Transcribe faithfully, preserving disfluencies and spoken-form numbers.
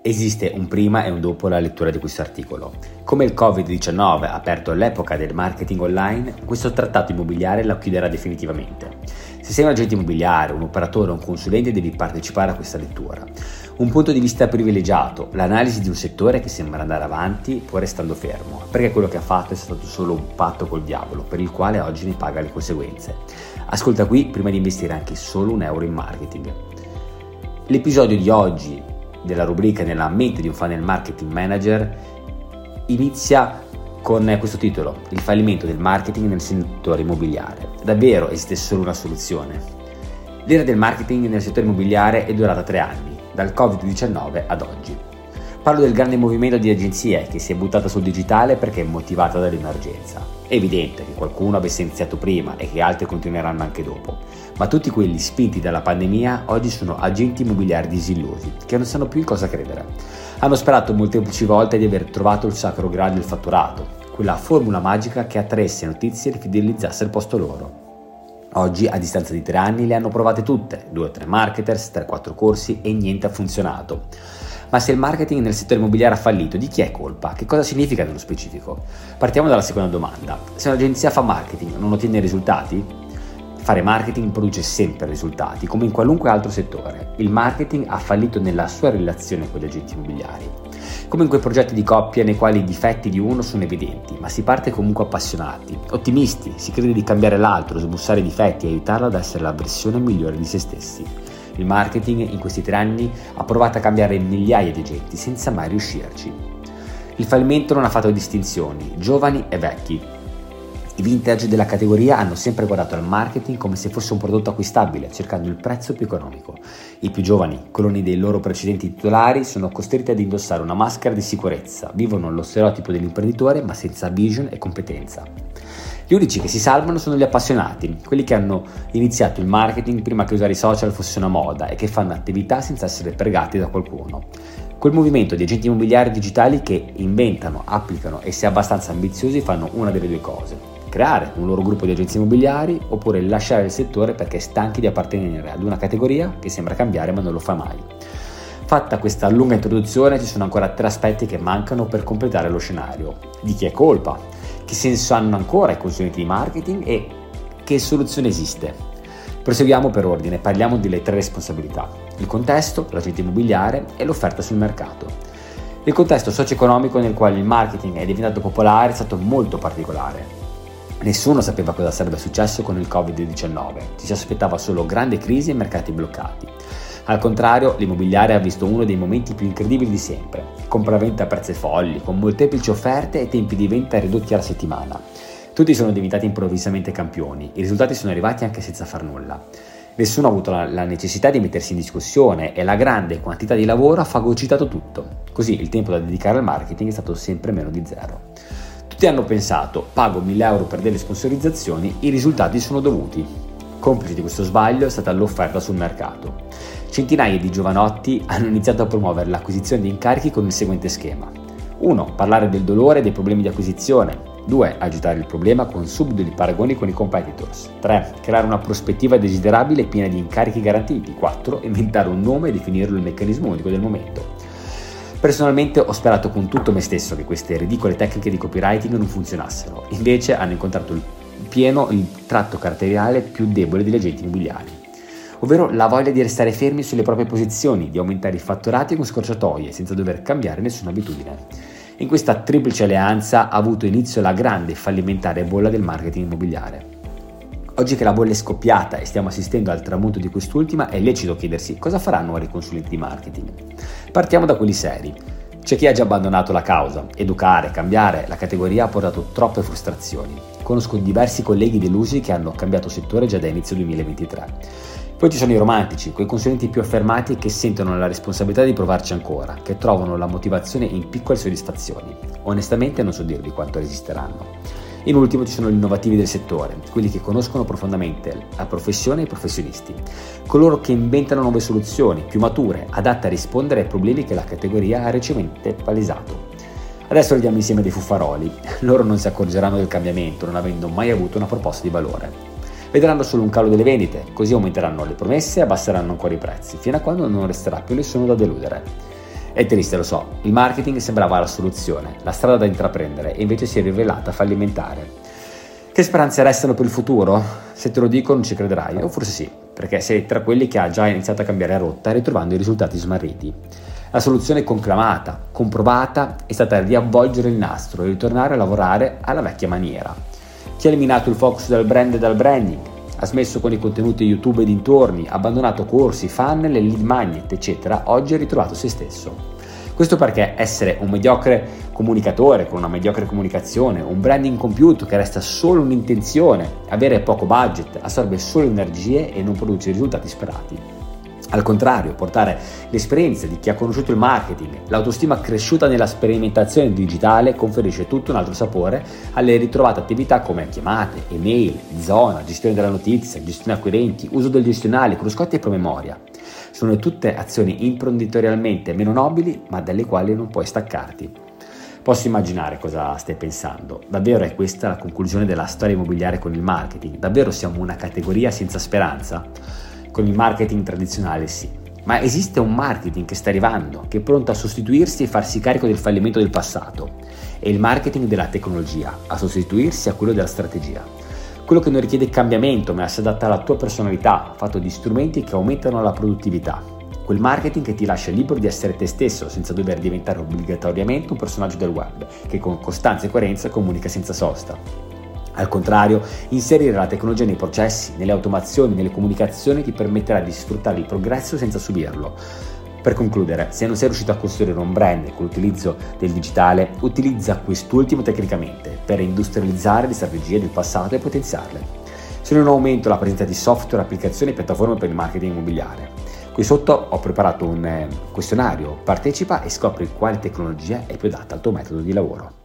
Esiste un prima e un dopo la lettura di questo articolo. Come il covid diciannove ha aperto l'epoca del marketing online, questo trattato immobiliare la chiuderà definitivamente. Se sei un agente immobiliare, un operatore o un consulente devi partecipare a questa lettura. Un punto di vista privilegiato, l'analisi di un settore che sembra andare avanti pur restando fermo, perché quello che ha fatto è stato solo un patto col diavolo, per il quale oggi ne paga le conseguenze. Ascolta qui prima di investire anche solo un euro in marketing. L'episodio di oggi della rubrica Nella mente di un funnel marketing manager inizia con questo titolo: il fallimento del marketing nel settore immobiliare. Davvero esiste solo una soluzione? L'era del marketing nel settore immobiliare è durata tre anni, dal covid diciannove ad oggi. Parlo del grande movimento di agenzie che si è buttata sul digitale perché è motivata dall'emergenza. È evidente che qualcuno avesse iniziato prima e che altri continueranno anche dopo, ma tutti quelli spinti dalla pandemia oggi sono agenti immobiliari disillusi, che non sanno più in cosa credere. Hanno sperato molteplici volte di aver trovato il sacro graal del fatturato, quella formula magica che attraesse notizie e fidelizzasse il posto loro. Oggi, a distanza di tre anni, le hanno provate tutte, due o tre marketers, tre quattro corsi e niente ha funzionato. Ma se il marketing nel settore immobiliare ha fallito, di chi è colpa? Che cosa significa nello specifico? Partiamo dalla seconda domanda. Se un'agenzia fa marketing non ottiene risultati? Fare marketing produce sempre risultati, come in qualunque altro settore. Il marketing ha fallito nella sua relazione con gli agenti immobiliari. Come in quei progetti di coppia nei quali i difetti di uno sono evidenti, ma si parte comunque appassionati, ottimisti, si crede di cambiare l'altro, smussare i difetti e aiutarlo ad essere la versione migliore di se stessi. Il marketing in questi tre anni ha provato a cambiare migliaia di agenti senza mai riuscirci. Il fallimento non ha fatto distinzioni, giovani e vecchi. I vintage della categoria hanno sempre guardato al marketing come se fosse un prodotto acquistabile, cercando il prezzo più economico. I più giovani, cloni dei loro precedenti titolari, sono costretti ad indossare una maschera di sicurezza, vivono lo stereotipo dell'imprenditore ma senza vision e competenza. Gli unici che si salvano sono gli appassionati, quelli che hanno iniziato il marketing prima che usare i social fosse una moda e che fanno attività senza essere pregati da qualcuno. Quel movimento di agenti immobiliari digitali che inventano, applicano e, se abbastanza ambiziosi, fanno una delle due cose: creare un loro gruppo di agenzie immobiliari oppure lasciare il settore perché stanchi di appartenere ad una categoria che sembra cambiare ma non lo fa mai. Fatta questa lunga introduzione, ci sono ancora tre aspetti che mancano per completare lo scenario. Di chi è colpa? Che senso hanno ancora i consulenti di marketing e che soluzione esiste? Proseguiamo per ordine, parliamo delle tre responsabilità: il contesto, l'agente immobiliare e l'offerta sul mercato. Il contesto socio-economico nel quale il marketing è diventato popolare è stato molto particolare. Nessuno sapeva cosa sarebbe successo con il covid diciannove, ci si aspettava solo grande crisi e mercati bloccati. Al contrario, l'immobiliare ha visto uno dei momenti più incredibili di sempre: compravendita a prezzi folli, con molteplici offerte e tempi di vendita ridotti alla settimana. Tutti sono diventati improvvisamente campioni, i risultati sono arrivati anche senza far nulla. Nessuno ha avuto la, la necessità di mettersi in discussione e la grande quantità di lavoro ha fagocitato tutto. Così il tempo da dedicare al marketing è stato sempre meno di zero. Tutti hanno pensato: pago mille euro per delle sponsorizzazioni, i risultati sono dovuti. Complice di questo sbaglio è stata l'offerta sul mercato. Centinaia di giovanotti hanno iniziato a promuovere l'acquisizione di incarichi con il seguente schema: uno Parlare del dolore e dei problemi di acquisizione. due Agitare il problema con subdoli paragoni con i competitors. tre Creare una prospettiva desiderabile piena di incarichi garantiti. quattro Inventare un nome e definirlo il meccanismo unico del momento. Personalmente ho sperato con tutto me stesso che queste ridicole tecniche di copywriting non funzionassero, invece hanno incontrato il pieno il tratto caratteriale più debole degli agenti immobiliari, ovvero la voglia di restare fermi sulle proprie posizioni, di aumentare i fatturati con scorciatoie senza dover cambiare nessuna abitudine. In questa triplice alleanza ha avuto inizio la grande fallimentare bolla del marketing immobiliare. Oggi che la bolla è scoppiata e stiamo assistendo al tramonto di quest'ultima, è lecito chiedersi cosa faranno ora i consulenti di marketing. Partiamo da quelli seri. C'è chi ha già abbandonato la causa. Educare, cambiare la categoria ha portato troppe frustrazioni. Conosco diversi colleghi delusi che hanno cambiato settore già da inizio duemilaventitré. Poi ci sono i romantici, quei consulenti più affermati che sentono la responsabilità di provarci ancora, che trovano la motivazione in piccole soddisfazioni. Onestamente non so dirvi quanto resisteranno. In ultimo ci sono gli innovativi del settore, quelli che conoscono profondamente la professione e i professionisti, coloro che inventano nuove soluzioni, più mature, adatte a rispondere ai problemi che la categoria ha recentemente palesato. Adesso vediamo insieme dei fuffaroli, loro non si accorgeranno del cambiamento, non avendo mai avuto una proposta di valore. Vedranno solo un calo delle vendite, così aumenteranno le promesse e abbasseranno ancora i prezzi, fino a quando non resterà più nessuno da deludere. È triste, lo so, il marketing sembrava la soluzione, la strada da intraprendere, e invece si è rivelata fallimentare. Che speranze restano per il futuro? Se te lo dico non ci crederai, o forse sì, perché sei tra quelli che ha già iniziato a cambiare rotta ritrovando i risultati smarriti. La soluzione conclamata, comprovata, è stata riavvolgere il nastro e ritornare a lavorare alla vecchia maniera. Chi ha eliminato il focus dal brand e dal branding, ha smesso con i contenuti YouTube e dintorni, ha abbandonato corsi, funnel, lead magnet, eccetera, oggi ha ritrovato se stesso. Questo perché essere un mediocre comunicatore con una mediocre comunicazione, un branding compiuto che resta solo un'intenzione, avere poco budget, assorbe solo energie e non produce i risultati sperati. Al contrario, portare l'esperienza di chi ha conosciuto il marketing, l'autostima cresciuta nella sperimentazione digitale conferisce tutto un altro sapore alle ritrovate attività come chiamate, email, zona, gestione della notizia, gestione acquirenti, uso del gestionale, cruscotti e promemoria. Sono tutte azioni imprenditorialmente meno nobili, ma dalle quali non puoi staccarti. Posso immaginare cosa stai pensando. Davvero è questa la conclusione della storia immobiliare con il marketing? Davvero siamo una categoria senza speranza? Con il marketing tradizionale sì, ma esiste un marketing che sta arrivando, che è pronto a sostituirsi e farsi carico del fallimento del passato. È il marketing della tecnologia, a sostituirsi a quello della strategia. Quello che non richiede cambiamento, ma si adatta alla tua personalità, fatto di strumenti che aumentano la produttività. Quel marketing che ti lascia libero di essere te stesso, senza dover diventare obbligatoriamente un personaggio del web, che con costanza e coerenza comunica senza sosta. Al contrario, inserire la tecnologia nei processi, nelle automazioni, nelle comunicazioni ti permetterà di sfruttare il progresso senza subirlo. Per concludere, se non sei riuscito a costruire un brand con l'utilizzo del digitale, utilizza quest'ultimo tecnicamente per industrializzare le strategie del passato e potenziarle. Sono in aumento la presenza di software, applicazioni e piattaforme per il marketing immobiliare. Qui sotto ho preparato un questionario, partecipa e scopri quale tecnologia è più adatta al tuo metodo di lavoro.